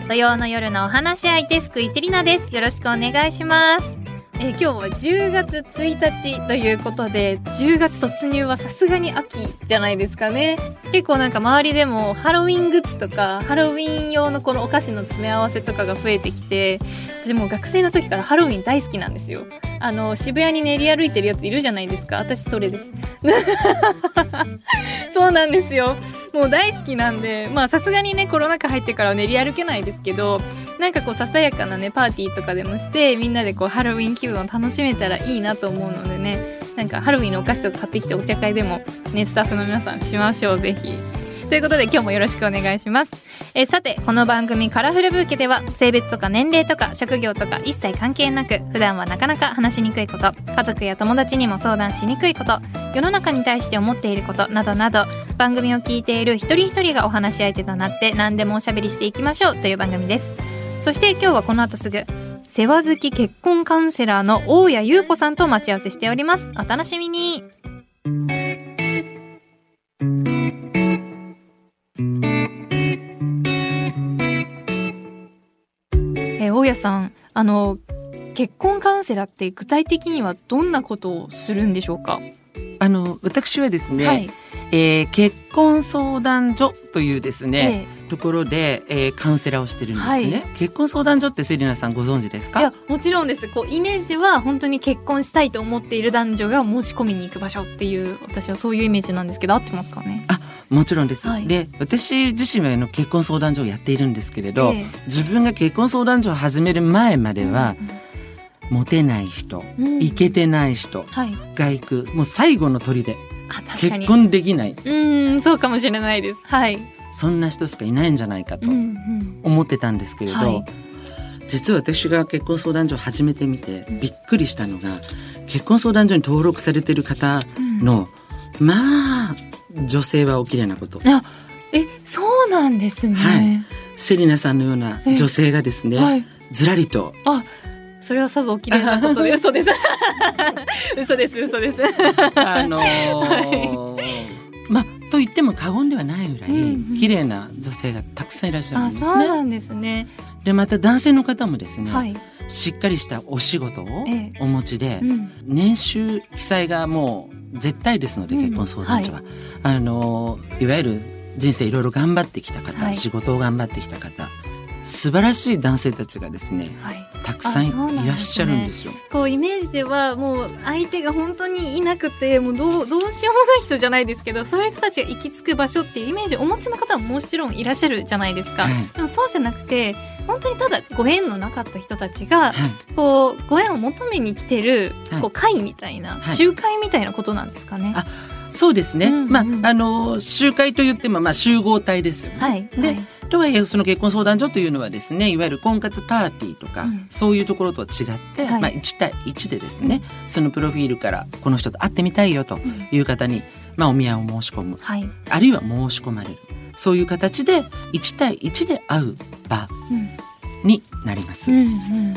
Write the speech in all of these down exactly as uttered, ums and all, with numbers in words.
土曜の夜のお話し相手、福井セリナです。よろしくお願いします。えー、今日はじゅうがつついたちということで、じゅうがつ突入はさすがに秋じゃないですかね。結構なんか周りでもハロウィングッズとかハロウィン用のこのお菓子の詰め合わせとかが増えてきて、私もう学生の時からハロウィン大好きなんですよ。あの渋谷に練り歩いてるやついるじゃないですか。私それですそうなんですよ。もう大好きなんで、まあさすがにねコロナ禍入ってからは練り歩けないですけど、なんかこうささやかなねパーティーとかでもしてみんなでこうハロウィン気分を楽しめたらいいなと思うのでね、なんかハロウィンのお菓子とか買ってきてお茶会でもねスタッフの皆さんしましょう、ぜひ。ということで今日もよろしくお願いします。えさてこの番組カラフルブーケでは性別とか年齢とか職業とか一切関係なく、普段はなかなか話しにくいこと、家族や友達にも相談しにくいこと、世の中に対して思っていることなどなど、番組を聞いている一人一人がお話し相手となって何でもおしゃべりしていきましょうという番組です。そして今日はこの後すぐ世話好き結婚カウンセラーの大谷優子さんと待ち合わせしております。お楽しみに。え大谷さん、あの結婚カウンセラーって具体的にはどんなことをするんでしょうか？ あの私はですね、はい、えー、結婚相談所というですね、ええ、ところで、えー、カウンセラーをしてるんですね、はい、結婚相談所ってセリナさんご存知ですか？ いやもちろんです。こうイメージでは本当に結婚したいと思っている男女が申し込みに行く場所っていう、私はそういうイメージなんですけど合ってますかね？ あ、もちろんです、はい、で私自身はの結婚相談所をやっているんですけれど、ええ、自分が結婚相談所を始める前までは、うんうん、モテない人、うん、イケてない人、はい、が行くもう最後の砦で結婚できない、 うーん、そうかもしれないです、はい、 そんな人しかいないんじゃないかと思ってたんですけれど、うんうん、はい、実は私が結婚相談所を始めてみてびっくりしたのが、結婚相談所に登録されている方の、うん、まあ女性はお綺麗なこと、 あ、え、そうなんですね、 はい、セリナさんのような女性がですね、はい、ずらりと、 あ、それはさぞお綺麗なことで嘘です嘘です嘘ですあのーはい、まあと言っても過言ではないぐらい、うんうん、綺麗な女性がたくさんいらっしゃるんですね。 あ、そうなんですね。 でまた男性の方もですね、 はい、 しっかりしたお仕事をお持ちで、ええ、うん、年収記載がもう絶対ですので、結婚相談所は、うん、はい、あのー、いわゆる人生いろいろ頑張ってきた方、はい、仕事を頑張ってきた方、素晴らしい男性たちがですね、はい、たくさん い, ね、いらっしゃるんですよ。 こうイメージではもう相手が本当にいなくてもう ど, うどうしようもない人じゃないですけど、そういう人たちが行き着く場所っていうイメージをお持ちの方はもちろんいらっしゃるじゃないですか、はい、でもそうじゃなくて本当にただご縁のなかった人たちが、はい、こうご縁を求めに来てる、はい、こう会みたいな、はい、集会みたいなことなんですかね。 あ、そうですね、うんうん、まあ、あの集会といっても、まあ、集合体ですよね、 はい、 で、 はい、 とはいえその結婚相談所というのはですね、いわゆる婚活パーティーとか、うん、そういうところとは違って、はい、まあ、いち対いちでですね、うん、そのプロフィールからこの人と会ってみたいよという方に、うん、まあ、お見合いを申し込む、はい、あるいは申し込まれる、そういう形でいち対いちで会う場になります、うんうん、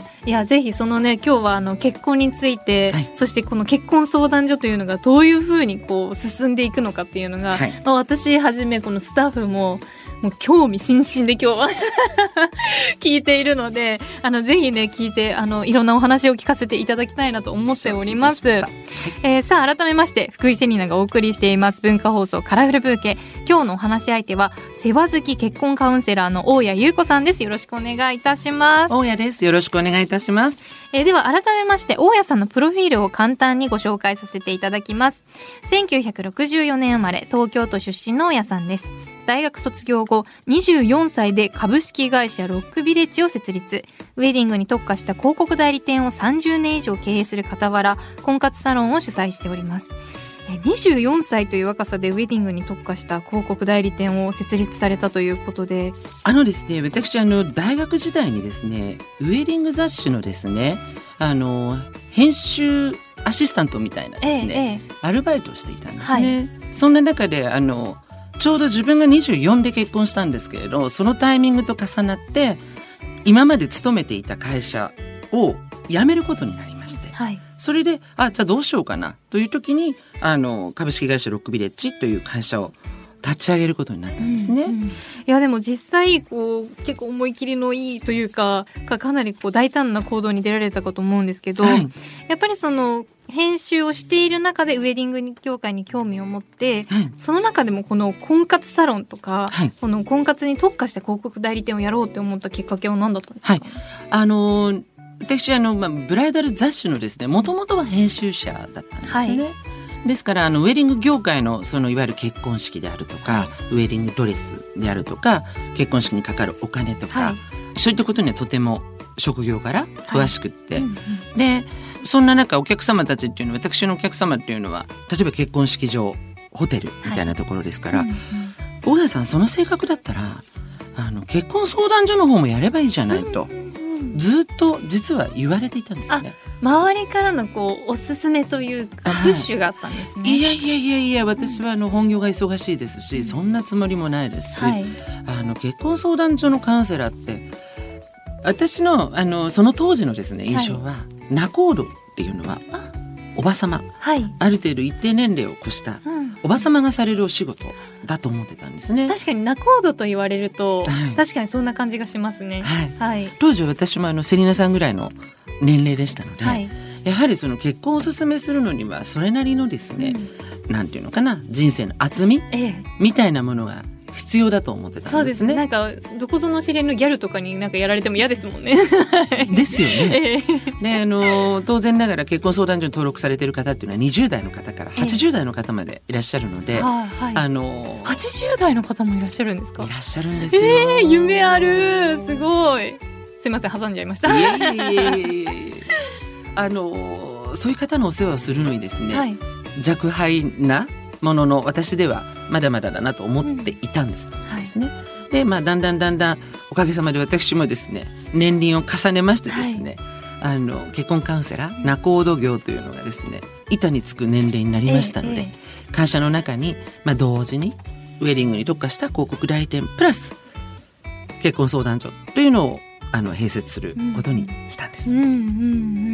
いやぜひそのね今日はあの結婚について、はい、そしてこの結婚相談所というのがどういうふうにこう進んでいくのかっていうのが、はい、まあ、私はじめこのスタッフももう興味津々で今日は聞いているので、あのぜひね聞いてあのいろんなお話を聞かせていただきたいなと思っております。はい、えー、さあ改めまして福井セリナがお送りしています文化放送カラフルブーケ、今日のお話し相手は世話好き結婚カウンセラーの大谷優子さんです。よろしくお願いいたします。 大谷です。よろしくお願いいたします。 えー、では改めまして大谷さんのプロフィールを簡単にご紹介させていただきます。せんきゅうひゃくろくじゅうよねん生まれ、東京都出身の大谷さんです。大学卒業後にじゅうよんさいで株式会社ロックビレッジを設立。ウェディングに特化した広告代理店をさんじゅうねん以上経営する傍ら、婚活サロンを主催しております。にじゅうよんさいという若さでウェディングに特化した広告代理店を設立されたということで、 あのですね、私あの大学時代にですね、ウェディング雑誌のですね、あの編集アシスタントみたいなですね、ええ、アルバイトをしていたんですね、はい、そんな中であのちょうど自分がにじゅうよんで結婚したんですけれど、そのタイミングと重なって今まで勤めていた会社を辞めることになりまして、はい、それであじゃあどうしようかなという時にあの株式会社ロックビレッジという会社を立ち上げることになったんですね、 うんうん、いやでも実際こう結構思い切りのいいというかか, かなりこう大胆な行動に出られたかと思うんですけど、はい、やっぱりその編集をしている中でウェディング業界に興味を持って、はい、その中でもこの婚活サロンとか、はい、この婚活に特化した広告代理店をやろうって思ったきっかけは何だったんですか？ はい、あのー、私あの、まあ、ブライダル雑誌のですねもともとは編集者だったんですね、はい、ですからあのウェディング業界 の, そのいわゆる結婚式であるとか、はい、ウェディングドレスであるとか結婚式にかかるお金とか、はい、そういったことにはとても職業から詳しくって、はいうんうん、でそんな中お客様たちっていうのは私のお客様っていうのは例えば結婚式場ホテルみたいなところですから、はいうんうん、大家さんその性格だったらあの結婚相談所の方もやればいいじゃないと、うんうん、ずっと実は言われていたんですね。 周りからのこうおすすめというかプッシュがあったんですね。 いやいやいやいや私はあの本業が忙しいですし、うん、そんなつもりもないですし、はい、あの結婚相談所のカウンセラーって私 の, あのその当時のですね印象は、はい、仲人っていうのはおばさま、はい、ある程度一定年齢を越したおばさまがされるお仕事だと思ってたんですね、うん、 確かに仲人と言われると、はい、確かにそんな感じがしますね、はいはい、 当時私もあのセリナさんぐらいの年齢でしたので、はい、やはりその結婚をお勧めするのにはそれなりのですね、うん、なんていうのかな人生の厚み、ええ、みたいなものが必要だと思ってたんですね。 そうですね。なんかどこぞの知り合いのギャルとかになんかやられても嫌ですもんね。 ですよね。えであの当然ながら結婚相談所に登録されている方っていうのはにじゅう代の方からはちじゅう代の方までいらっしゃるので、えはいはい、あのはちじゅう代の方もいらっしゃるんですか？ いらっしゃるんですよ。 えー、夢ある。すごい。すいません挟んじゃいました。いえいえいえいえあのそういう方のお世話をするのにですね、はい、若輩なものの私ではまだまだだなと思っていたんです、うんはいねでまあ、だんだんだんだんおかげさまで私もですね年輪を重ねましてですね、はい、あの結婚カウンセラー仲人業というのがですね板につく年齢になりましたので、ええ、会社の中に、まあ、同時にウェディングに特化した広告代理店プラス結婚相談所というのをあの併設することにしたんです、うんうんうん、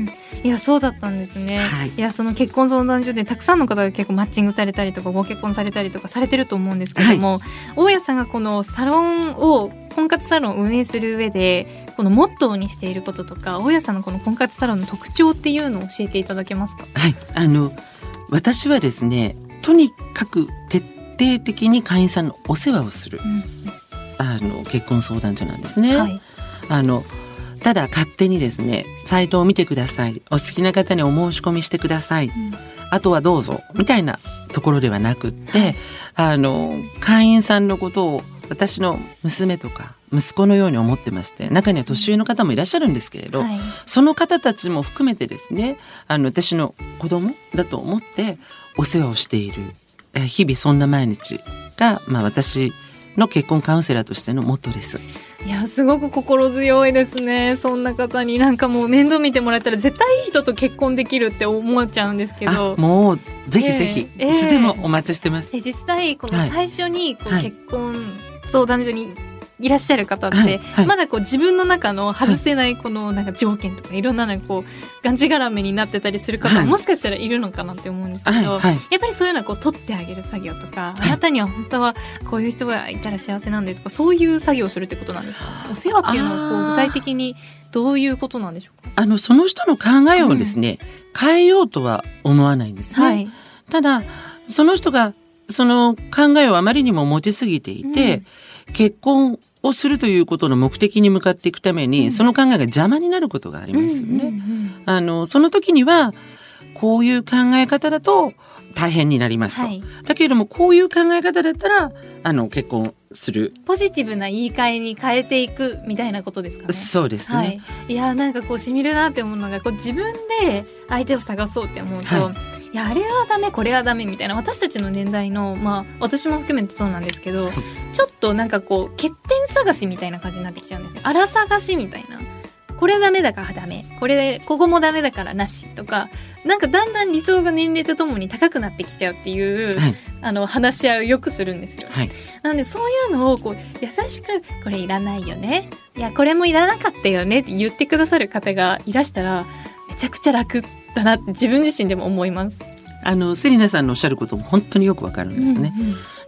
いやそうだったんですね、はい、いやその結婚相談所でたくさんの方が結構マッチングされたりとかご結婚されたりとかされてると思うんですけども、はい、大家さんがこのサロンを婚活サロンを運営する上でこのモットーにしていることとか大家さんのこの婚活サロンの特徴っていうのを教えていただけますか？ はい、あの私はですねとにかく徹底的に会員さんのお世話をする、うん、あの結婚相談所なんですね、はいあのただ勝手にですねサイトを見てくださいお好きな方にお申し込みしてください、うん、あとはどうぞみたいなところではなくって、はい、あの会員さんのことを私の娘とか息子のように思ってまして中には年上の方もいらっしゃるんですけれど、はい、その方たちも含めてですねあの私の子供だと思ってお世話をしている日々そんな毎日が、まあ、私の結婚カウンセラーとしてのモットーです。 いやすごく心強いですね。そんな方になんかもう面倒見てもらえたら絶対いい人と結婚できるって思っちゃうんですけどもうぜひぜひ、えー、いつでもお待ちしてます、 えー、実際この最初にこう結婚相談所にいらっしゃる方って、はいはい、まだこう自分の中の外せないこのなんか条件とかいろんなのこうがんじがらめになってたりする方ももしかしたらいるのかなって思うんですけど、はいはい、やっぱりそういうのはこう取ってあげる作業とか、はい、あなたには本当はこういう人がいたら幸せなんでとかそういう作業をするってことなんですか？お世話っていうのはこう具体的にどういうことなんでしょうか？ あのその人の考えをですね、うん、変えようとは思わないんですね、はい、ただその人がその考えをあまりにも持ちすぎていて、うん、結婚をするということの目的に向かっていくために、うん、その考えが邪魔になることがありますよね、うんうんうん、あのその時にはこういう考え方だと大変になりますと、はい、だけれどもこういう考え方だったらあの結婚するポジティブな言い換えに変えていくみたいなことですかね？ そうですね、はい、 いやなんかこうしみるなって思うのがこう自分で相手を探そうって思うと、はい、いやあれはダメこれはダメみたいな私たちの年代のまあ私も含めてそうなんですけど、はい、ちょっとなんかこう欠点探しみたいな感じになってきちゃうんですよ。あら探しみたいなこれダメだからダメこれここもダメだからなしとかなんかだんだん理想が年齢とともに高くなってきちゃうっていう、はい、あの話し合いをよくするんですよ、はい、なのでそういうのをこう優しくこれいらないよねいやこれもいらなかったよねって言ってくださる方がいらしたらめちゃくちゃ楽だなって自分自身でも思います。 あのセリナさんのおっしゃることも本当によくわかるんですね、うんうん、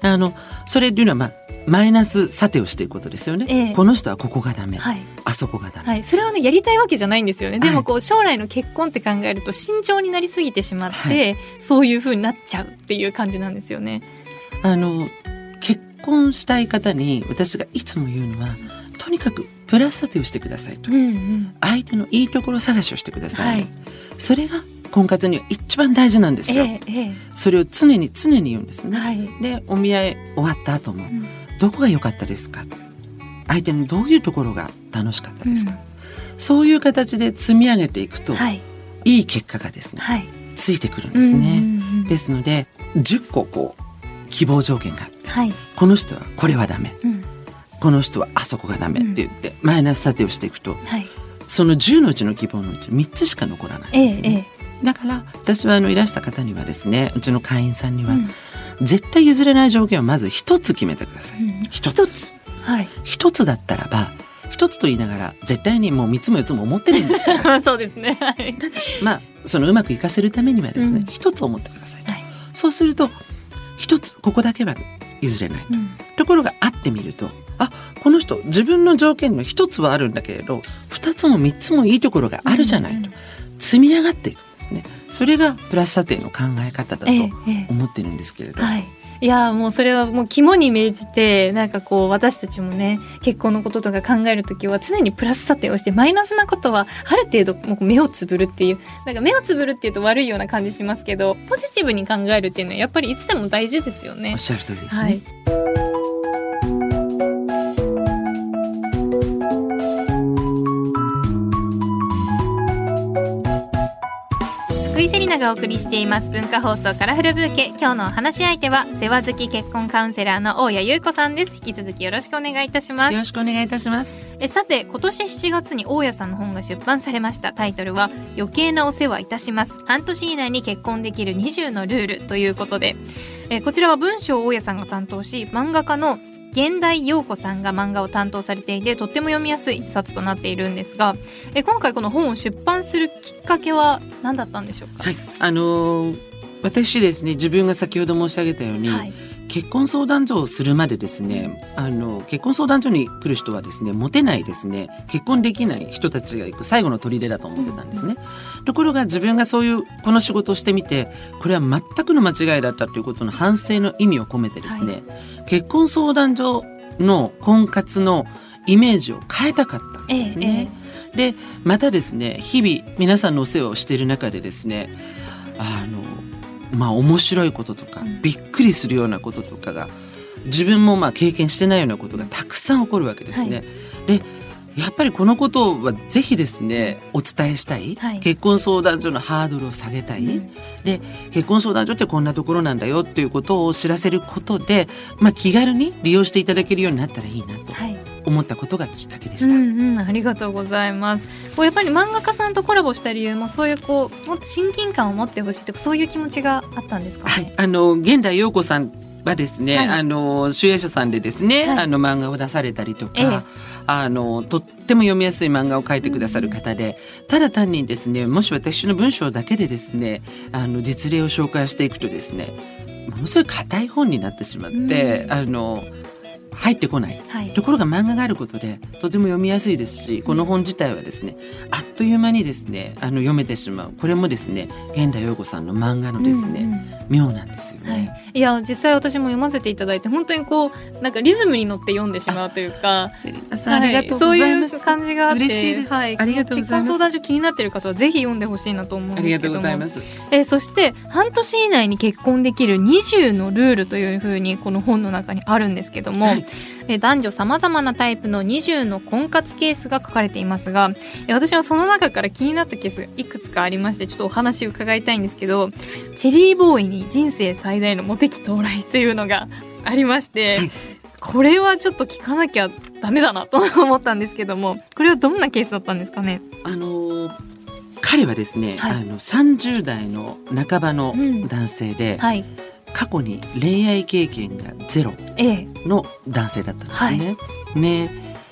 あのそれっていうのは、まあ、マイナス査定をしていくことですよね、ええ、この人はここがダメ、はい、あそこがダメ、 はい、それをねやりたいわけじゃないんですよね。でもこう将来の結婚って考えると慎重になりすぎてしまって、はい、そういう風になっちゃうっていう感じなんですよね。 あの結婚したい方に私がいつも言うのは、とにかくプラス査定をしてくださいと、うんうん、相手のいいところ探しをしてください、はい、それが婚活には一番大事なんですよ、えええ、それを常に常に言うんですね、はい、でお見合い終わった後も、うん、どこが良かったですか、相手のどういうところが楽しかったですか、うん、そういう形で積み上げていくと、はい、いい結果がですね、はい、ついてくるんですね、うんうんうん、ですのでじゅっここう希望条件があって、はい、この人はこれはダメ、うん、この人はあそこがダメって言って、うん、マイナス査定をしていくと、はい、そのじゅうのうちの希望のうちみっつしか残らないんですね、ええ、だから私はあのいらした方にはですね、うちの会員さんには、うん、絶対譲れない条件はまず一つ決めてください、うん、一つ、一つ、はい、一つだったらば一つと言いながら絶対にもう三つも四つも思ってるんですからそうですね、はい、 まあそのうまくいかせるためにはですね、一、うん、つ思ってください、はい、そうすると一つここだけは譲れないと、うん、ところがあってみると、あ、この人自分の条件の一つはあるんだけれど二つも三つもいいところがあるじゃないと、うんうん、積み上がっていくんですね。それがプラス査定の考え方だと思ってるんですけれど、ええええ、はい、 いやもうそれはもう肝に銘じて、なんかこう私たちもね結婚のこととか考えるときは常にプラス査定をして、マイナスなことはある程度もう目をつぶるっていう、なんか目をつぶるっていうと悪いような感じしますけど、ポジティブに考えるっていうのはやっぱりいつでも大事ですよね。 おっしゃる通りですね、はい。 福井セリナがお送りしています文化放送カラフルブーケ。今日のお話し相手は世話好き結婚カウンセラーの大谷優子さんです。引き続きよろしくお願いいたします。 よろしくお願いいたします。 えさて今年しちがつに大谷さんの本が出版されました。タイトルは余計なお世話いたします、半年以内に結婚できるにじゅうのルールということで、えこちらは文章を大谷さんが担当し、漫画家の現代陽子さんが漫画を担当されていて、とっても読みやすい一冊となっているんですが、え今回この本を出版するきっかけは何だったんでしょうか。 はい、あのー、私ですね、自分が先ほど申し上げたように、はい、結婚相談所をするまでですね、あの結婚相談所に来る人はですね、モテないですね、結婚できない人たちが行く最後の砦だと思ってたんですね、うん、ところが自分がそういうこの仕事をしてみて、これは全くの間違いだったということの反省の意味を込めてですね、はい、結婚相談所の婚活のイメージを変えたかったんですね、ええ、でまたですね、日々皆さんのお世話をしている中でですね、あのまあ面白いこととか、うん、びっくりするようなこととかが自分もまあ経験してないようなことがたくさん起こるわけですね、はい、でやっぱりこのことはぜひですねお伝えしたい、はい、結婚相談所のハードルを下げたい、うん、で結婚相談所ってこんなところなんだよっていうことを知らせることで、まあ、気軽に利用していただけるようになったらいいなと思ったことがきっかけでした、 うんうん、ありがとうございます。こうやっぱり漫画家さんとコラボした理由もそういうこうもっと親近感を持ってほしいとか、そういう気持ちがあったんですかね。 はい、あの現代陽子さんはですね、はい、あの集英社さんでですね、はい、あの漫画を出されたりとか、ええ、あのとっても読みやすい漫画を描いてくださる方で、うん、ただ単にですね、もし私の文章だけでですね、あの実例を紹介していくとですね、ものすごい硬い本になってしまって、うん、あの入ってこない、はい、ところが漫画があることでとても読みやすいですし、この本自体はですね、あっという間にですねあの読めてしまう。これもですね現代陽子さんの漫画のですね、うんうん、妙なんですよね、はい、いや実際私も読ませていただいて、本当にこうなんかリズムに乗って読んでしまうというか、 セリナさん、はい、ありがとうございます。 そういう感じがあって嬉しいです、はい、ありがとうございます。 結婚相談所気になっている方はぜひ読んでほしいなと思うんですけども、 ありがとうございます。 えー、そして半年以内に結婚できるにじゅうのルールというふうにこの本の中にあるんですけども、はい、えー、男女さまざまなタイプのにじゅうの婚活ケースが書かれていますが、私はその中から気になったケースがいくつかありまして、ちょっとお話を伺いたいんですけど、チェリーボーイに人生最大のモテ期到来というのがありまして、はい、これはちょっと聞かなきゃダメだなと思ったんですけども、これはどんなケースだったんですかね。 あのー、彼はですね、はい、あのさんじゅう代の半ばの男性で、うん、はい、過去に恋愛経験がゼロの男性だったんですね、はい、ね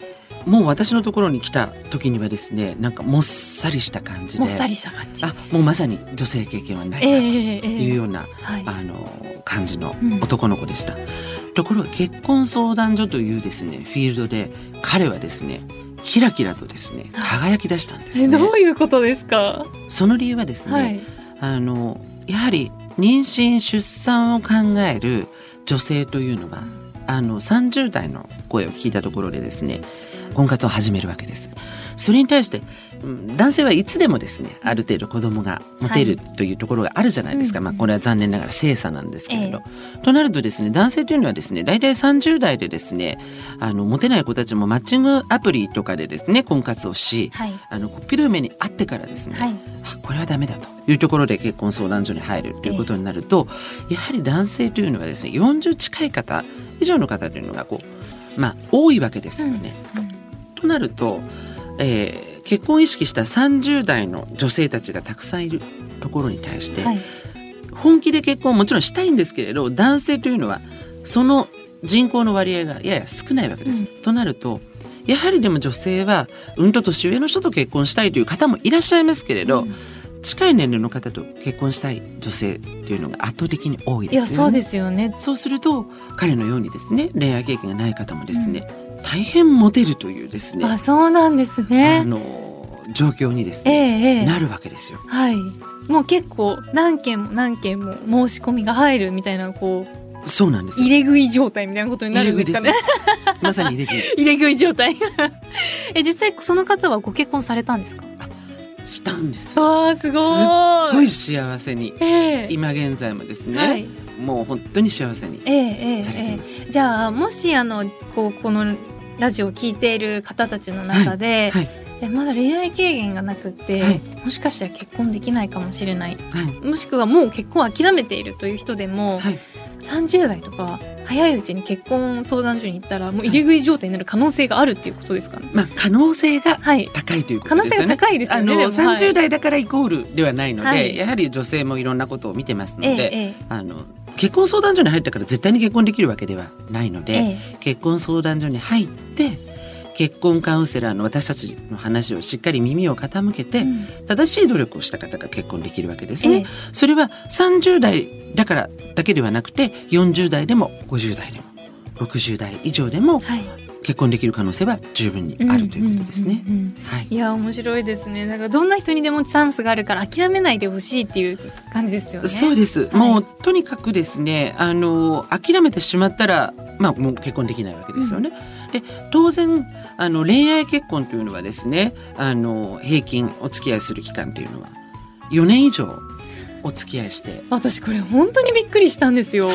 もう私のところに来た時にはですね、なんかもっさりした感じで、 もっさりした感じ、 あ、もうまさに女性経験はないなというような、えーえー、あの感じの男の子でした、うん、ところが結婚相談所というですねフィールドで彼はですねキラキラとですね輝き出したんですね。 どういうことですか？ その理由はですね、はい、あのやはり妊娠出産を考える女性というのはあのさんじゅう代の声を聞いたところでですね婚活を始めるわけです。それに対して男性はいつでもですねある程度子供が持てるというところがあるじゃないですか、はい、まあ、これは残念ながら性差なんですけれど、えー、となるとですね男性というのはですね大体さんじゅう代でですねあの持てない子たちもマッチングアプリとかでですね婚活をし、はい、あのピロ目に会ってからですね、はい、あこれはダメだというところで結婚相談所に入るということになると、えー、やはり男性というのはですねよんじゅう近い方以上の方というのがこう、まあ、多いわけですよね、うんうん、となると、えー結婚を意識したさんじゅう代の女性たちがたくさんいるところに対して、はい、本気で結婚をもちろんしたいんですけれど男性というのはその人口の割合がやや少ないわけです、うん、となるとやはりでも女性はうんと年上の人と結婚したいという方もいらっしゃいますけれど、うん、近い年齢の方と結婚したい女性というのが圧倒的に多いですよね。 いやそうですよね。 そうすると彼のようにですね恋愛経験がない方もですね、うん大変モテるというですねあそうなんですねあの状況にですね、えー、なるわけですよ。 はいもう結構何件も何件も申し込みが入るみたいなこうそうなんです入れ食い状態みたいなことになるんですかね。 まさに入れ食い入れ食い状態え実際その方はご結婚されたんですか？ したんですわーすごいすっごい幸せに、えー、今現在もですね、はい、もう本当に幸せにされています、えーえーえー、 じゃあもしあのこうこのラジオを聞いている方たちの中で、はいはい、まだ恋愛経験がなくて、はい、もしかしたら結婚できないかもしれない、はい、もしくはもう結婚を諦めているという人でも、はい、さんじゅう代とか早いうちに結婚相談所に行ったらもう入れ食い状態になる可能性があるっていうことですかね。 まあ、可能性が高いということですよね、 可能性が高いですよね。 あのさんじゅう代だからイコールではないので、はい、やはり女性もいろんなことを見てますので、ええ、あの結婚相談所に入ったから絶対に結婚できるわけではないので、ええ、結婚相談所に入って結婚カウンセラーの私たちの話をしっかり耳を傾けて、うん、正しい努力をした方が結婚できるわけですね、ええ、それはさんじゅう代だからだけではなくてよんじゅう代でもごじゅう代でもろくじゅう代以上でも、はい、結婚できる可能性は十分にあるということですね。 いや面白いですね。だからどんな人にでもチャンスがあるから諦めないでほしいっていう感じですよね。 そうです、はい、もうとにかくですねあの諦めてしまったら、まあ、もう結婚できないわけですよね、うん、で当然あの恋愛結婚というのはですねあの平均お付き合いする期間というのはよねん以上お付き合いして、 私これ本当にびっくりしたんですよ、はい、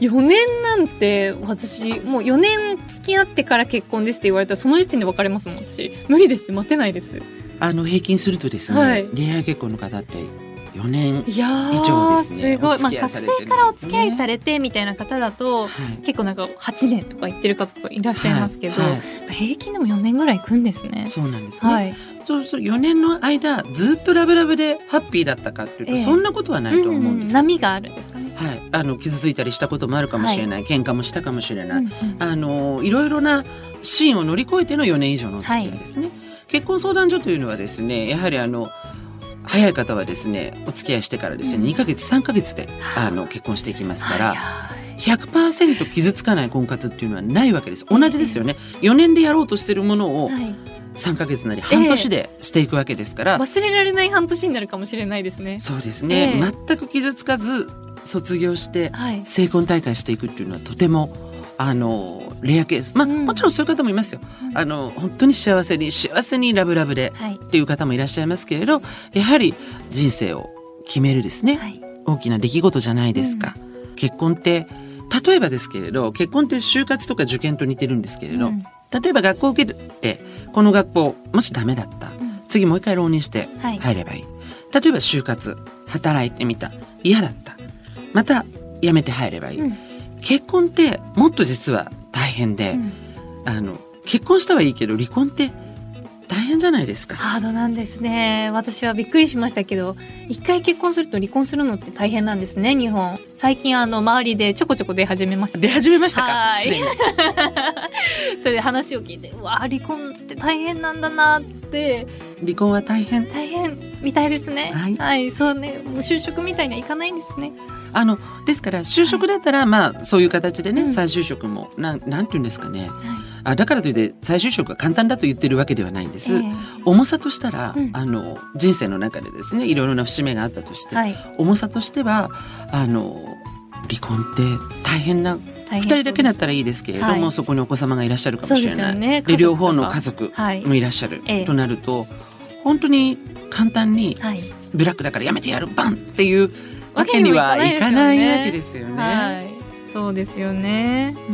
よねんなんて私もうよねん付き合ってから結婚ですって言われたらその時点で別れますもん。私無理です、待てないです。 あの平均するとですね、はい、恋愛結婚の方ってよねん以上ですね。 すごい、まあ、学生からお付き合いされてみたいな方だと、はい、結構なんかはちねんとか言ってる方とかいらっしゃいますけど、はいはい、平均でもよねんぐらいいくんですね。 そうなんですね、はい、そうそうよねんの間ずっとラブラブでハッピーだったかっていうと、えー、そんなことはないと思うんです、うんうん、 波があるんですかね、 はい、あの傷ついたりしたこともあるかもしれない、はい、喧嘩もしたかもしれない、うんうん、あのいろいろなシーンを乗り越えてのよねん以上のお付き合いですね、はい、結婚相談所というのはですねやはりあの早い方はですねお付き合いしてからですね、うん、にかげつさんかげつであの結婚していきますから、はいはい、ひゃくパーセント 傷つかない婚活っていうのはないわけです。同じですよね、えー、よねんでやろうとしているものをさんかげつなり半年でしていくわけですから、 えー、忘れられない半年になるかもしれないですね。 そうですね、えー、全く傷つかず卒業して成婚大会していくっていうのはとてもあのレアケース、まあ、うん、もちろんそういう方もいますよ、うん、あの本当に幸せに幸せにラブラブで、はい、っていう方もいらっしゃいますけれど、やはり人生を決めるですね、はい、大きな出来事じゃないですか、うん、結婚って例えばですけれど結婚って就活とか受験と似てるんですけれど、うん、例えば学校を受けてこの学校もしダメだった、うん、次もう一回浪人して入ればいい、はい、例えば就活働いてみた嫌だったまた辞めて入ればいい、うん、結婚ってもっと実は大変で、うん、あの結婚したはいいけど離婚って大変じゃないですか。 ハードなんですね。私はびっくりしましたけど一回結婚すると離婚するのって大変なんですね。日本最近あの周りでちょこちょこ出始めました。 出始めましたか。 はいそれで話を聞いてうわ離婚って大変なんだなって。 離婚は大変大変みたいですね。はい、はい、そうね。もう就職みたいにはいかないんですね。 あのですから就職だったら、はい、まあそういう形でね、うん、再就職もなんなんていうんですかね、はい、あだからといって再就職が簡単だと言ってるわけではないんです、えー、重さとしたら、うん、あの人生の中でですねいろいろな節目があったとして、はい、重さとしてはあの離婚って大変なふたりだけだったらいいですけれども、はい、そこにお子様がいらっしゃるかもしれない、ね、で両方の家族もいらっしゃる、はい、となると、えー、本当に簡単に、はい、ブラックだからやめてやるバンっていうわけにはいかないわけですよね。 はい、そうですよね。うんうん、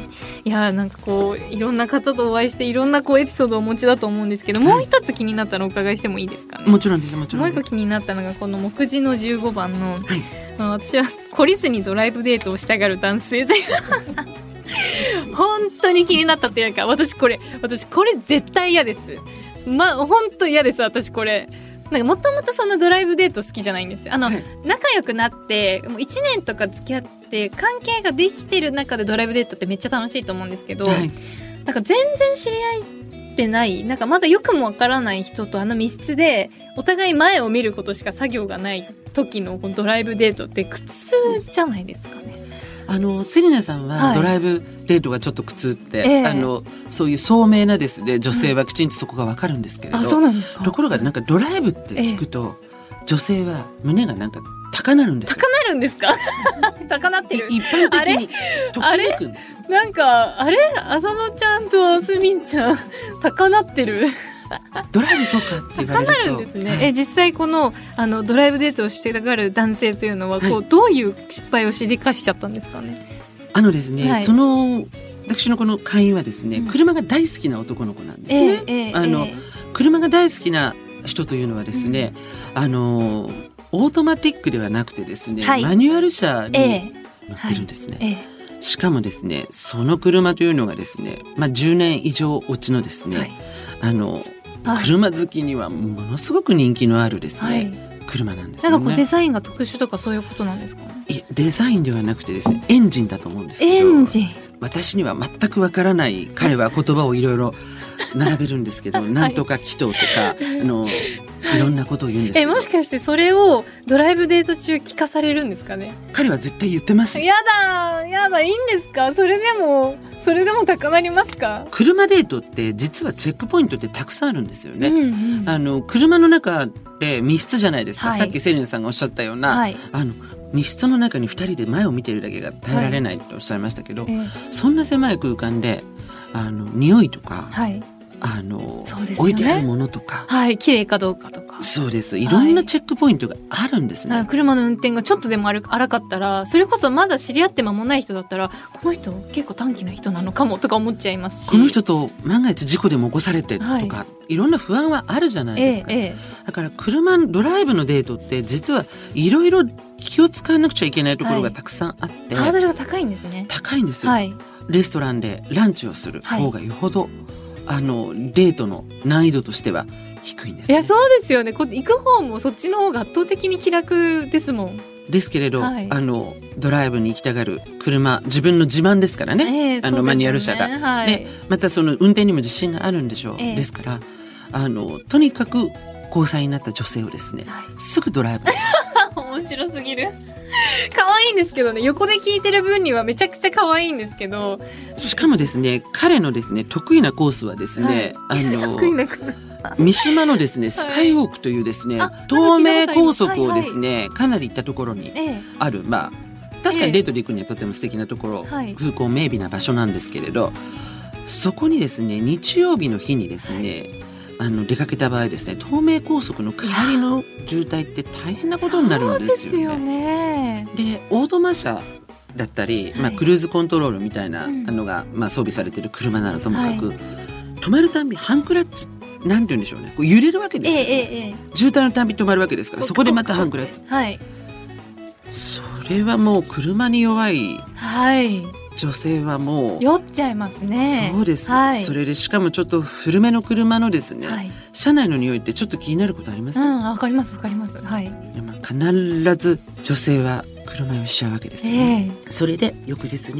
いやなんかこういろんな方とお会いしていろんなこうエピソードをお持ちだと思うんですけど、もう一つ気になったのをお伺いしてもいいですかね。 もちろんですもちろんです。 もう一個気になったのがこの目次のじゅうごばんの、はい、まあ、私は懲りずにドライブデートをしたがる男性という本当に気になったというか、私これ私これ絶対嫌です。まあ本当嫌です。私これなんかもともとそんなドライブデート好きじゃないんですよ。あの、はい、仲良くなってもういちねんとか付き合って関係ができてる中でドライブデートってめっちゃ楽しいと思うんですけど、はい、なんか全然知り合いってないなんかまだよくもわからない人とあの密室でお互い前を見ることしか作業がない時のこのドライブデートって苦痛じゃないですかね。 あのセリナさんはドライブデートがちょっと苦痛って、はい、あのそういう聡明なですね女性はきちんとそこが分かるんですけれど、うん、あそうなんですか。ところがなんかドライブって聞くと、えー、女性は胸がなんか高鳴るんですよ。 高鳴るんですか高鳴ってる一般的にあれあれなんかあれ浅野ちゃんとあすみんちゃん高鳴ってるドライブとかって言われると高鳴るんですね、はい、え実際この、あのドライブデートをしてたがる男性というのはこう、はい、どういう失敗をしでかしちゃったんですかね。 あのですね、はい、その私のこの会員はですね、うん、車が大好きな男の子なんですね、えーえー、あの、えー、車が大好きな人というのはですね、うん、あのオートマティックではなくてですね、はい、マニュアル車に乗ってるんですね、えーはいえー、しかもですねその車というのがですね、まあ、じゅうねん以上落ちのですね、はい、あの車好きにはものすごく人気のあるですね、はい、車なんですよね。 なんかこうデザインが特殊とかそういうことなんですかね。 いやデザインではなくてですねエンジンだと思うんですけど、 エンジン私には全くわからない彼は言葉をいろいろ並べるんですけど、はい、なんとか気筒とかあのいろんなことを言うんですけど、 えもしかしてそれをドライブデート中聞かされるんですかね。 彼は絶対言ってます。 やだやだいいんですか。それでもそれでも高鳴りますか。 車デートって実はチェックポイントってたくさんあるんですよね、うんうん、あの車の中で密室じゃないですか、はい、さっきセリナさんがおっしゃったような、はい、あの密室の中にふたりで前を見ているだけが耐えられないとおっしゃいましたけど、はいえー、そんな狭い空間であの匂いとか、はいあのそうですよね、置いてあるものとか、 はい、綺麗かどうかとか、 そうです。いろんなチェックポイントがあるんですね、 はい、車の運転がちょっとでも荒かったら、それこそまだ知り合って間もない人だったら、この人結構短気な人なのかもとか思っちゃいますし、 この人と万が一事故でも起こされてとか、はい、いろんな不安はあるじゃないですか、ええええ、だから車ドライブのデートって実はいろいろ気を使わなくちゃいけないところがたくさんあって、 はい、ハードルが高いんですね。 高いんですよ、はい、レストランでランチをする方がよほど、はい、あのデートの難易度としては低いんです、ね、 いやそうですよね。こ行く方もそっちの方が圧倒的に気楽ですもん。 ですけれど、はい、あのドライブに行きたがる車、自分の自慢ですからね、えー、あのマニュアル車が、はいね、またその運転にも自信があるんでしょう、えー、ですからあのとにかく交際になった女性をですね、はい、すぐドライブ面白すぎる可愛いんですけどね、横で聞いてる分にはめちゃくちゃ可愛いんですけど、 しかもですね彼のですね得意なコースはですね、はい、あの得意な三島のですねスカイウォークというですね、はい、東名高速をですね、はいはい、かなり行ったところにある、ええ、まあ確かにデートで行くにはとても素敵なところ、ええ、風光明媚な場所なんですけれど、そこにですね日曜日の日にですね、はい、あの出かけた場合ですね、東名高速の帰りの渋滞って大変なことになるんですよね。 そうですよね。 でオートマ車だったり、まあ、クルーズコントロールみたいなのが、まあ、装備されている車ならともかく、はい、止まるたびハンクラッチなんて言うんでしょうね、こう揺れるわけですよ、ええええ、渋滞のたび止まるわけですから、そこでまたハンクラッチ、はい、それはもう車に弱い女性はもう酔っちゃいますね。 そうです、はい、それでしかもちょっと古めの車のですね、はい、車内の匂いってちょっと気になることありますか？ うん、わかりますわかります、はい、 まあ、必ず女性は車酔いしちゃうわけですよね、えー、それで翌日には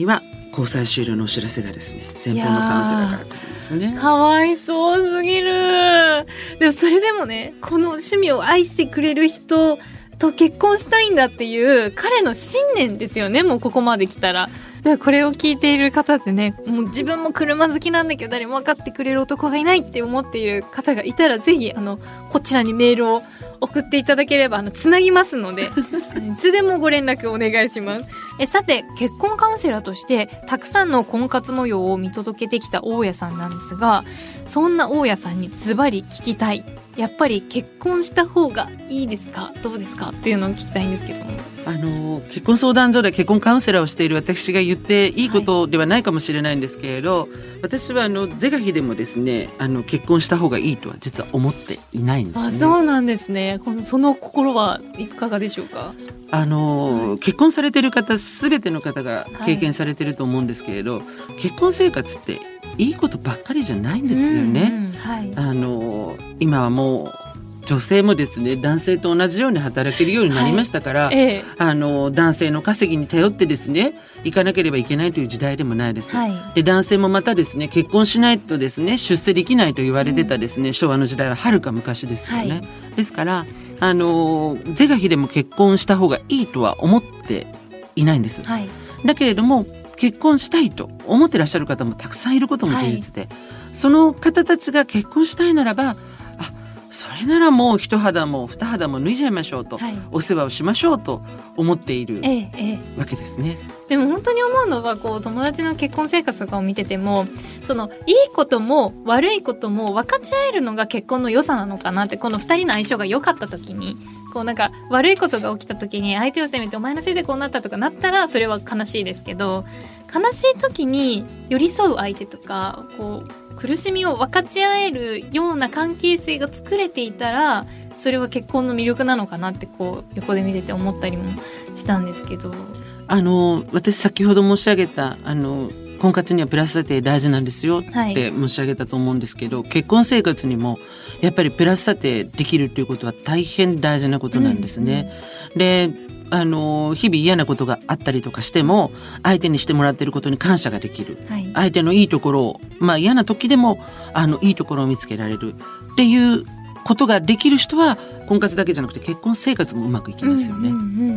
交際終了のお知らせがですね、先方のカウンセラーから来るんですね。 かわいそうすぎる。でもそれでもね、この趣味を愛してくれる人と結婚したいんだっていう彼の信念ですよね。もうここまで来たら。だからこれを聞いている方ってね、もう自分も車好きなんだけど誰も分かってくれる男がいないって思っている方がいたら、ぜひあのこちらにメールを送っていただければあのつなぎますのでいつでもご連絡お願いします。えさて、結婚カウンセラーとしてたくさんの婚活模様を見届けてきた大家さんなんですが、そんな大家さんにズバリ聞きたい、やっぱり結婚した方がいいですかどうですかっていうのを聞きたいんですけども。 あの結婚相談所で結婚カウンセラーをしている私が言っていいことではないかもしれないんですけれど、はい、私はあの是が非でもですね、あの結婚した方がいいとは実は思っていないんですね。 あ、そうなんですね。このその心はいかがでしょうか。 あの、はい、結婚されている方全ての方が経験されていると思うんですけれど、はい、結婚生活っていいことばっかりじゃないんですよね、うんうん、はい、あの今はもう女性もですね、男性と同じように働けるようになりましたから、はい、ええ、あの男性の稼ぎに頼ってですね行かなければいけないという時代でもないです、はい、で男性もまたですね、結婚しないとですね出世できないと言われてたですね、うん、昭和の時代ははるか昔ですよね、はい、ですからあの是が非でも結婚した方がいいとは思っていないんです、はい、だけれども結婚したいと思ってらっしゃる方もたくさんいることも事実で、はい、その方たちが結婚したいならば、それならもう一肌も二肌も脱いじゃいましょうと、はい、お世話をしましょうと思っているわけですね、ええ、 でも本当に思うのはこう友達の結婚生活とかを見てても、そのいいことも悪いことも分かち合えるのが結婚の良さなのかなって。この二人の相性が良かった時にこうなんか悪いことが起きた時に相手を責めてお前のせいでこうなったとかなったらそれは悲しいですけど、悲しい時に寄り添う相手とかこう苦しみを分かち合えるような関係性が作れていたら、それは結婚の魅力なのかなってこう横で見てて思ったりもしたんですけど、 あの私先ほど申し上げたあの婚活にはプラス査定大事なんですよって申し上げたと思うんですけど、はい、結婚生活にもやっぱりプラス査定できるということは大変大事なことなんですね、うんうん、であの日々嫌なことがあったりとかしても相手にしてもらっていることに感謝ができる、はい、相手のいいところを、まあ、嫌な時でもあのいいところを見つけられるっていうことができる人は婚活だけじゃなくて結婚生活もうまくいきますよね、うんうんうんうん、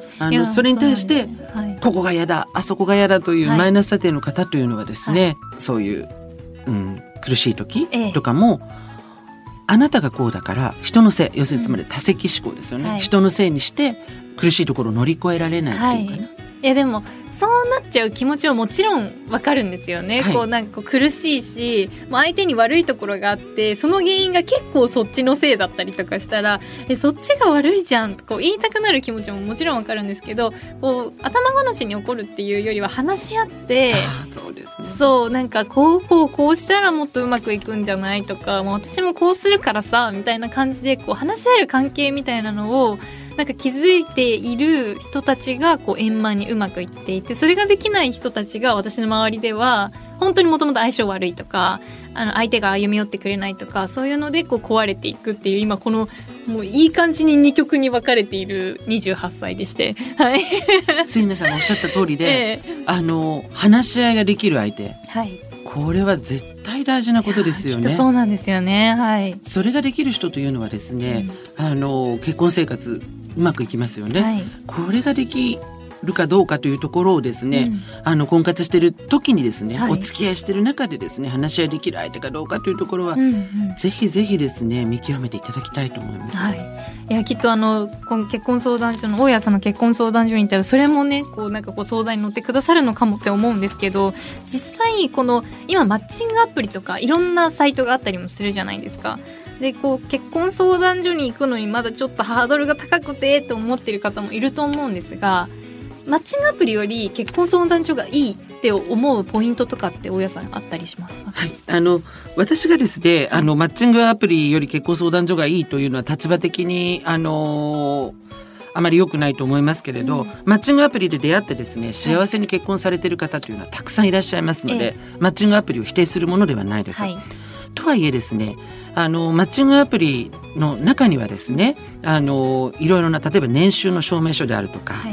あのそれに対して、ね、はい、ここが嫌だあそこが嫌だというマイナス査定の方というのはですね、はい、そういう、うん、苦しい時とかも、ええ、あなたがこうだから人のせい、要するにつまり多責思考ですよね、うん、はい、人のせいにして苦しいところを乗り越えられないっていうかな、はい、 いやでもそうなっちゃう気持ちはもちろんわかるんですよね、はい、こうなんかこう苦しいし、もう相手に悪いところがあってその原因が結構そっちのせいだったりとかしたら、えそっちが悪いじゃんとこう言いたくなる気持ちももちろんわかるんですけど、こう頭ごなしに怒るっていうよりは話し合って、 あ、そうですね、 そうなんかこうこうこうしたらもっとうまくいくんじゃないとか、もう私もこうするからさみたいな感じでこう話し合える関係みたいなのをなんか気づいている人たちがこう円満にうまくいっていて、それができない人たちが私の周りでは本当にもともと相性悪いとか、あの相手が歩み寄ってくれないとか、そういうのでこう壊れていくっていう、今このもういい感じにに極に分かれているにじゅうはっさいでして、はい、 杉根さんがおっしゃった通りで、ええ、あの話し合いができる相手、はい、これは絶対大事なことですよね。 きっとそうなんですよね、はい、 それができる人というのはですね、うん、あの結婚生活うまくいきますよね、はい、これができるかどうかというところをですね、うん、あの婚活している時にですね、はい、お付き合いしている中でですね話し合いできる相手かどうかというところは、うんうん、ぜひぜひですね見極めていただきたいと思います、 はい、いやきっとあの結婚相談所の大家さんの結婚相談所にいたらそれもねこうなんかこう相談に乗ってくださるのかもって思うんですけど、実際この今マッチングアプリとかいろんなサイトがあったりもするじゃないですか。でこう結婚相談所に行くのにまだちょっとハードルが高くてと思っている方もいると思うんですが、マッチングアプリより結婚相談所がいいって思うポイントとかって大家さんあったりしますか？ はい、あの私がですね、あのマッチングアプリより結婚相談所がいいというのは立場的にあのあまり良くないと思いますけれど、うん、マッチングアプリで出会ってですね幸せに結婚されている方というのはたくさんいらっしゃいますので、ええ、マッチングアプリを否定するものではないです、はい、とはいえですね、あのマッチングアプリの中にはですね、あのいろいろな例えば年収の証明書であるとか、はい、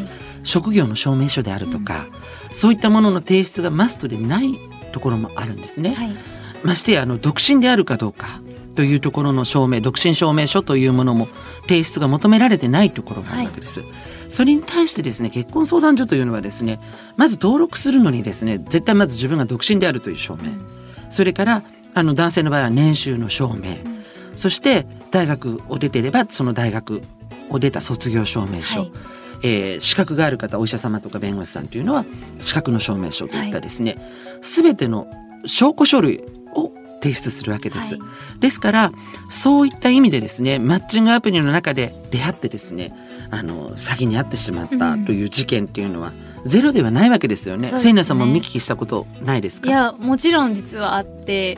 職業の証明書であるとか、うん、そういったものの提出がマストでないところもあるんですね、はい、ましてやあの独身であるかどうかというところの証明、独身証明書というものも提出が求められてないところがあるわけです、はい、それに対してですね、結婚相談所というのはですね、まず登録するのにですね、絶対まず自分が独身であるという証明、うん、それからあの男性の場合は年収の証明、うん、そして大学を出ていればその大学を出た卒業証明書、はい、えー、資格がある方、お医者様とか弁護士さんというのは資格の証明書といったですね、すべ、はい、ての証拠書類を提出するわけです、はい、ですからそういった意味でですね、マッチングアプリの中で出会ってですね、あの詐欺に遭ってしまったという事件っていうのは、うん、ゼロではないわけですよね。せいなさんも見聞きしたことないですか？ いや、もちろん実はあって、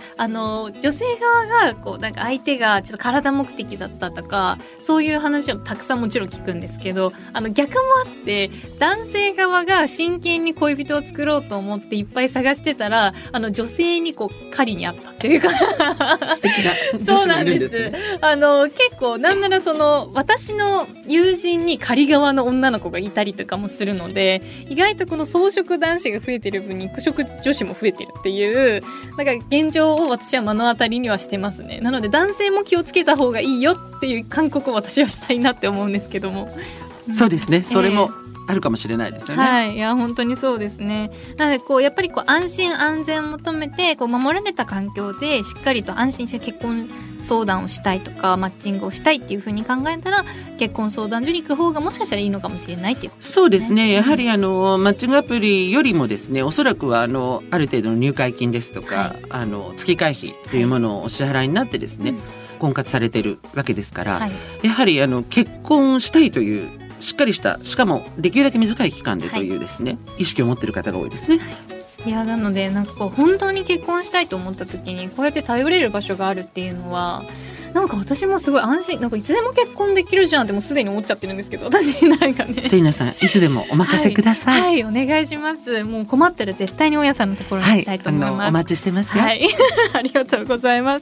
あの女性側がこうなんか相手がちょっと体目的だったとか、そういう話をたくさんもちろん聞くんですけど、あの逆もあって、男性側が真剣に恋人を作ろうと思っていっぱい探してたら、あの女性にこう狩りにあったっていうか素敵なそうなんです。あの結構なんならその私の友人に狩り側の女の子がいたりとかもするので、意外とこの草食男子が増えてる分肉食女子も増えてるっていうなんか現状を私は目の当たりにはしてますね。なので男性も気をつけた方がいいよっていう勧告を私はしたいなって思うんですけども。 そうですね、それも、えーあるかもしれないですよね。 はい、いや本当にそうですね。なのでこうやっぱりこう安心安全を求めてこう守られた環境でしっかりと安心して結婚相談をしたいとかマッチングをしたいっていうふうに考えたら、結婚相談所に行く方がもしかしたらいいのかもしれないっていうことですね。 そうですね、やはりあのマッチングアプリよりもですね、おそらくはあのある程度の入会金ですとか、はい、あの月会費というものをお支払いになってですね、はい、婚活されているわけですから、はい、やはりあの結婚したいというしっかりした、しかもできるだけ短い期間でというですね、はい、意識を持っている方が多いですね、はい、 いやなのでなんかこう本当に結婚したいと思った時にこうやって頼れる場所があるっていうのはなんか私もすごい安心、なんかいつでも結婚できるじゃんってもうすでに思っちゃってるんですけど、私なんかね、 せいなさんいつでもお任せください。 はい、はい、お願いします。もう困ったら絶対に大家さんのところに行きたいと思います、 はい、あのお待ちしてますよ、 はい、ありがとうございます。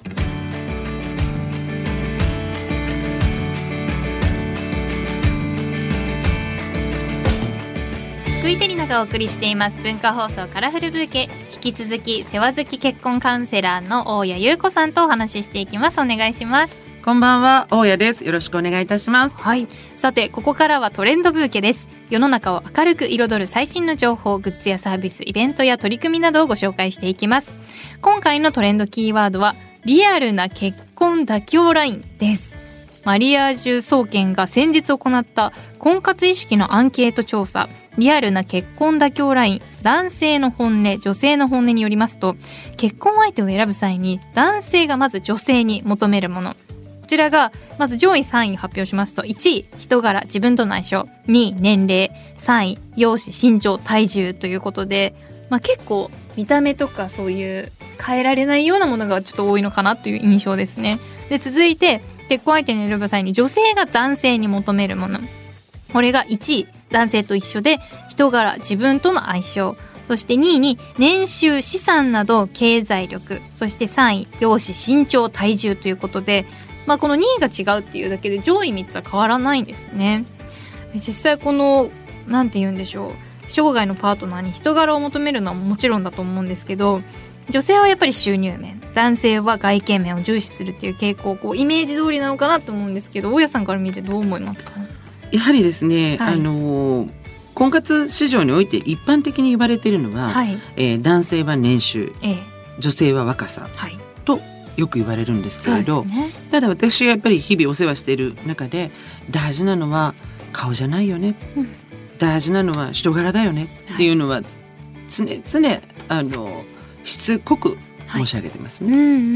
福井テリナがお送りしています文化放送カラフルブーケ、引き続き世話好き結婚カウンセラーの大谷優子さんとお話ししていきます。お願いします。 こんばんは、大谷です。よろしくお願いいたします。 はい、さてここからはトレンドブーケです。世の中を明るく彩る最新の情報、グッズやサービス、イベントや取り組みなどをご紹介していきます。今回のトレンドキーワードはリアルな結婚妥協ラインです。マリアージュ総研が先日行った婚活意識のアンケート調査、リアルな結婚妥協ライン、男性の本音、女性の本音によりますと、結婚相手を選ぶ際に男性がまず女性に求めるもの、こちらがまず上位さんいを発表しますと、いちい人柄、自分との相性、にい年齢、さんい容姿、身長、体重ということで、まあ、結構見た目とかそういう変えられないようなものがちょっと多いのかなという印象ですね。で続いて結婚相手に選ぶ際に女性が男性に求めるもの、これがいちい男性と一緒で人柄、自分との相性、そしてにいに年収、資産など経済力、そしてさんい容姿、身長、体重ということで、まあ、このにいが違うっていうだけで上位みっつは変わらないんですね。実際このなんて言うんでしょう、生涯のパートナーに人柄を求めるのはもちろんだと思うんですけど、女性はやっぱり収入面、男性は外見面を重視するっていう傾向、こうイメージ通りなのかなと思うんですけど、大家さんから見てどう思いますか？ やはりですね、はい、あの婚活市場において一般的に言われているのは、はい、えー、男性は年収、ええ、女性は若さ、はい、とよく言われるんですけれど、ね、ただ私がやっぱり日々お世話している中で大事なのは顔じゃないよね、うん、大事なのは人柄だよねっていうのは常々あのしつこく申し上げてますね、はい、うんうんうん、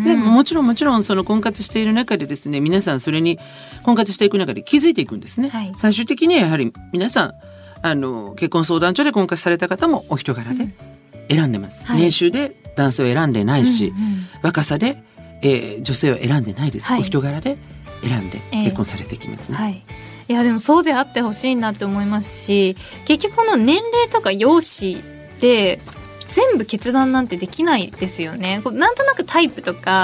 でももちろんもちろんその婚活している中でですね、皆さんそれに婚活していく中で気づいていくんですね、はい、最終的にはやはり皆さんあの結婚相談所で婚活された方もお人柄で選んでます、うん、はい、年収で男性を選んでないし、うんうん、若さで、えー、女性を選んでないです、はい、お人柄で選んで結婚されてきますね、えーはい、いやでもそうであってほしいなって思いますし、結局この年齢とか容姿って全部決断なんてできないですよね。こうなんとなくタイプとか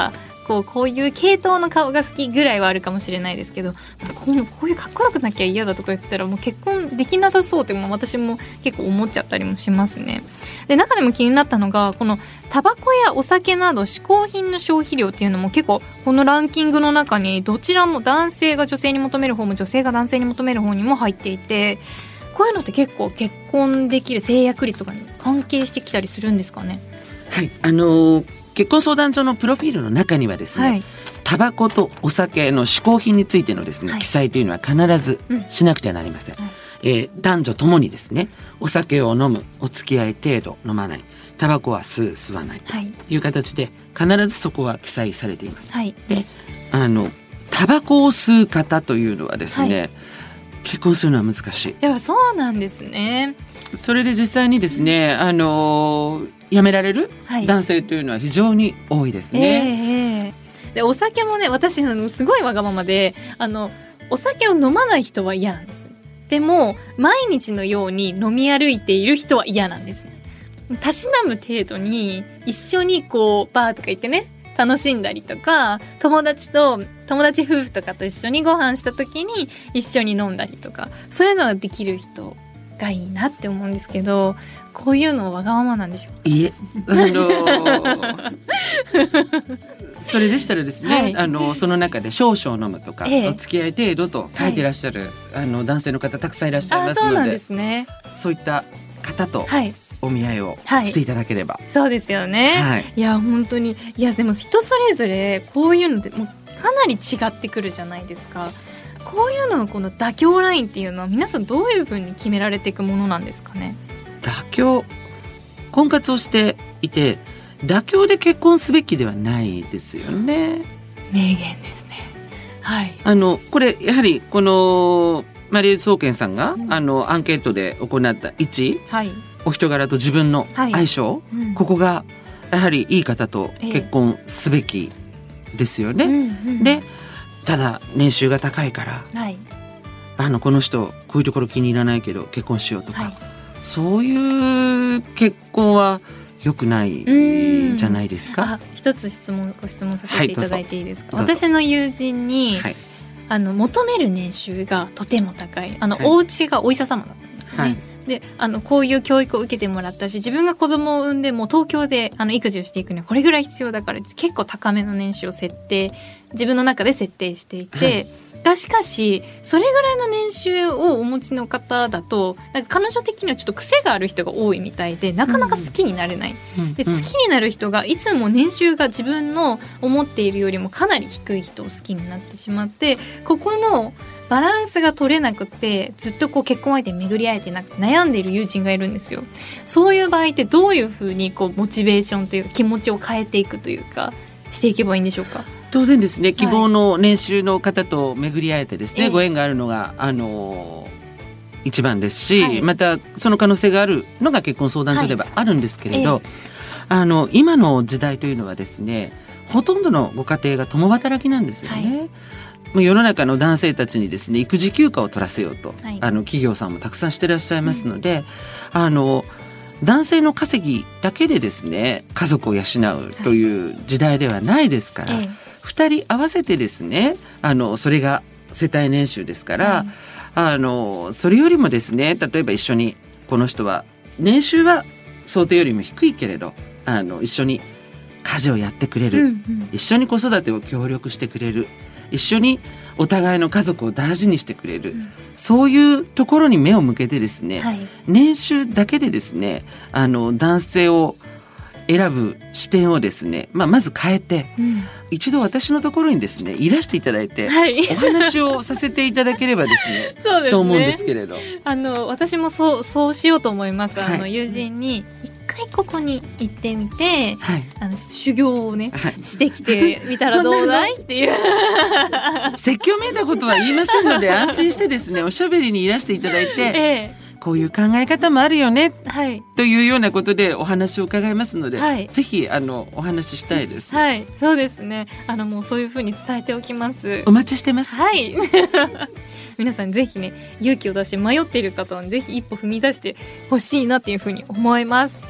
構こういう系統の顔が好きぐらいはあるかもしれないですけど、こう、こういうかっこよくなきゃ嫌だとか言ってたらもう結婚できなさそうっても私も結構思っちゃったりもしますね。で中でも気になったのがこのタバコやお酒など嗜好品の消費量っていうのも結構このランキングの中にどちらも男性が女性に求める方も女性が男性に求める方にも入っていて、こういうのって結構結婚できる制約率とかに関係してきたりするんですかね。 はい、あのー、結婚相談所のプロフィールの中にはですね、はい、タバコとお酒の嗜好品についてのですね、はい、記載というのは必ずしなくてはなりません、うんはいえー、男女ともにですね、お酒を飲む、お付き合い程度飲まない、タバコは吸う吸わないという形で必ずそこは記載されています、はい、であのタバコを吸う方というのはですね、はい、結婚するのは難しい。 いやそうなんですね。 それで実際にですね、あのー、辞められる男性というのは非常に多いですね、はいえー、でお酒もね、私すごいわがままで、あのお酒を飲まない人は嫌なんです。でも毎日のように飲み歩いている人は嫌なんですね。たしなむ程度に一緒にこうバーとか行ってね楽しんだりとか、友達と友達夫婦とかと一緒にご飯した時に一緒に飲んだりとか、そういうのができる人がいいなって思うんですけど、こういうのはわがままなんでしょうか。 いえ、あのー、それでしたらですね、はい、あのその中で少々飲むとか、ええ、お付き合い程度と書いていらっしゃる、はい、あの男性の方たくさんいらっしゃいますので、あ、そうなんですね。そういった方と、はいお見合いをしていただければ、 はい、そうですよね、はい、いや本当に、いやでも人それぞれこういうのでもうかなり違ってくるじゃないですか。こういうののこの妥協ラインっていうのは皆さんどういうふうに決められていくものなんですかね。 妥協、婚活をしていて妥協で結婚すべきではないですよね。 名言ですね。はい。 あのこれやはりこのマリエ総研さんが、うん、あのアンケートで行ったいちい、はい、お人柄と自分の相性、はいうん、ここがやはりいい方と結婚すべきですよね、ええうんうん、でただ年収が高いから、はい、あのこの人こういうところ気に入らないけど結婚しようとか、はい、そういう結婚は良くないじゃないですか。 あ、一つ質問ご質問させていただいていいですか。はい、私の友人に、はい、あの求める年収がとても高い、あの、はい、お家がお医者様だったんですね、はい、であのこういう教育を受けてもらったし、自分が子供を産んでも東京であの育児をしていくにはこれぐらい必要だから結構高めの年収を設定自分の中で設定していて、はいがしかしそれぐらいの年収をお持ちの方だとなんか彼女的にはちょっと癖がある人が多いみたいでなかなか好きになれない、うん、で好きになる人がいつも年収が自分の思っているよりもかなり低い人を好きになってしまって、ここのバランスが取れなくてずっとこう結婚相手に巡り合えてなくて悩んでいる友人がいるんですよ。そういう場合ってどういうふうにこうモチベーションというか気持ちを変えていくというかしていけばいいんでしょうか。 当然ですね、希望の年収の方と巡り合えてですね、はい、ご縁があるのが、あのー、一番ですし、はい、またその可能性があるのが結婚相談所ではあるんですけれど、はいあの今の時代というのはですね、ほとんどのご家庭が共働きなんですよね、はい、もう世の中の男性たちにですね育児休暇を取らせようと、はい、あの企業さんもたくさんしてらっしゃいますので、うん、あの男性の稼ぎだけでですね家族を養うという時代ではないですから、はい、ふたり合わせてですねあのそれが世帯年収ですから、はい、あのそれよりもですね例えば一緒にこの人は年収は想定よりも低いけれどあの一緒に家事をやってくれる、うんうん、一緒に子育てを協力してくれる、一緒にお互いの家族を大事にしてくれる、うん、そういうところに目を向けてですね、はい、年収だけでですねあの男性を選ぶ視点をですね、まあ、まず変えて、うん、一度私のところにですねいらしていただいて、はい、お話をさせていただければですねそうですねと思うんですけれど、 あの私もそう、そうしようと思います。あの、はい、友人に一回ここに行ってみて、はい、あの修行をね、はい、してきてみたらどうだいっていう説教めいたことは言いませんので安心してですねおしゃべりにいらしていただいて、ええこういう考え方もあるよね、はい、というようなことでお話を伺いますので、はい、ぜひあのお話ししたいです。 はい、そうですね。あのもうそういうふうに伝えておきます。 お待ちしてます。 はい。皆さんぜひね勇気を出して迷っている方はぜひ一歩踏み出してほしいなっていうふうに思います。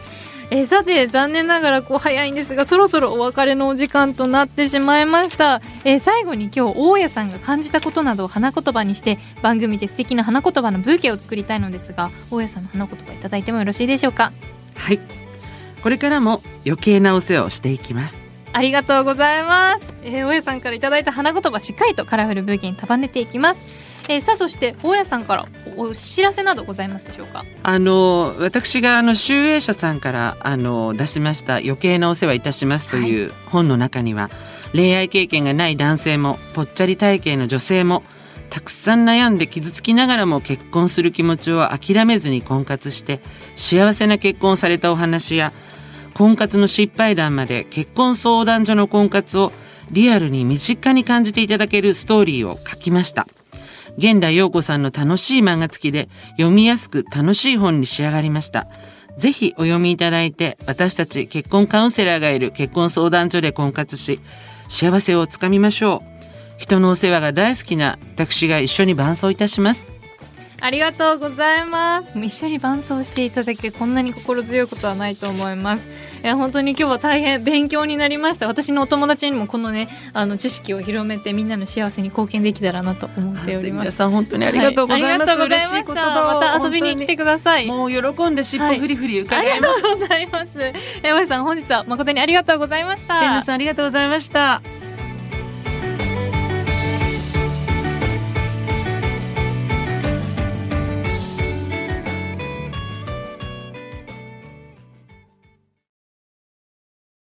えー、さて残念ながらこう早いんですがそろそろお別れのお時間となってしまいました。えー、最後に今日大家さんが感じたことなどを花言葉にして番組で素敵な花言葉のブーケを作りたいのですが、大家さんの花言葉いただいてもよろしいでしょうか。 はい、これからも余計なお世話をしていきます。 ありがとうございます。えー、大家さんからいただいた花言葉しっかりとカラフルブーケに束ねていきます。えー、さあそして大家さんからお知らせなどございますでしょうか。 あの私があの集英社さんからあの出しました余計なお世話いたしますという本の中には、はい、恋愛経験がない男性もぽっちゃり体型の女性もたくさん悩んで傷つきながらも結婚する気持ちを諦めずに婚活して幸せな結婚をされたお話や、婚活の失敗談まで結婚相談所の婚活をリアルに身近に感じていただけるストーリーを書きました。源田陽子さんの楽しい漫画付きで読みやすく楽しい本に仕上がりました。ぜひお読みいただいて、私たち結婚カウンセラーがいる結婚相談所で婚活し幸せをつかみましょう。人のお世話が大好きな私が一緒に伴走いたします。 ありがとうございます。一緒に伴走していただけこんなに心強いことはないと思います。いや本当に今日は大変勉強になりました。私のお友達にもこのねあの知識を広めてみんなの幸せに貢献できたらなと思っております。 皆さん本当にありがとうございます。 はい、ありがとうございました。また遊びに来てください。 もう喜んで尻尾フリフリ伺います、 はい、ありがとうございます。大家さん本日は誠にありがとうございました。 千奈さんありがとうございました。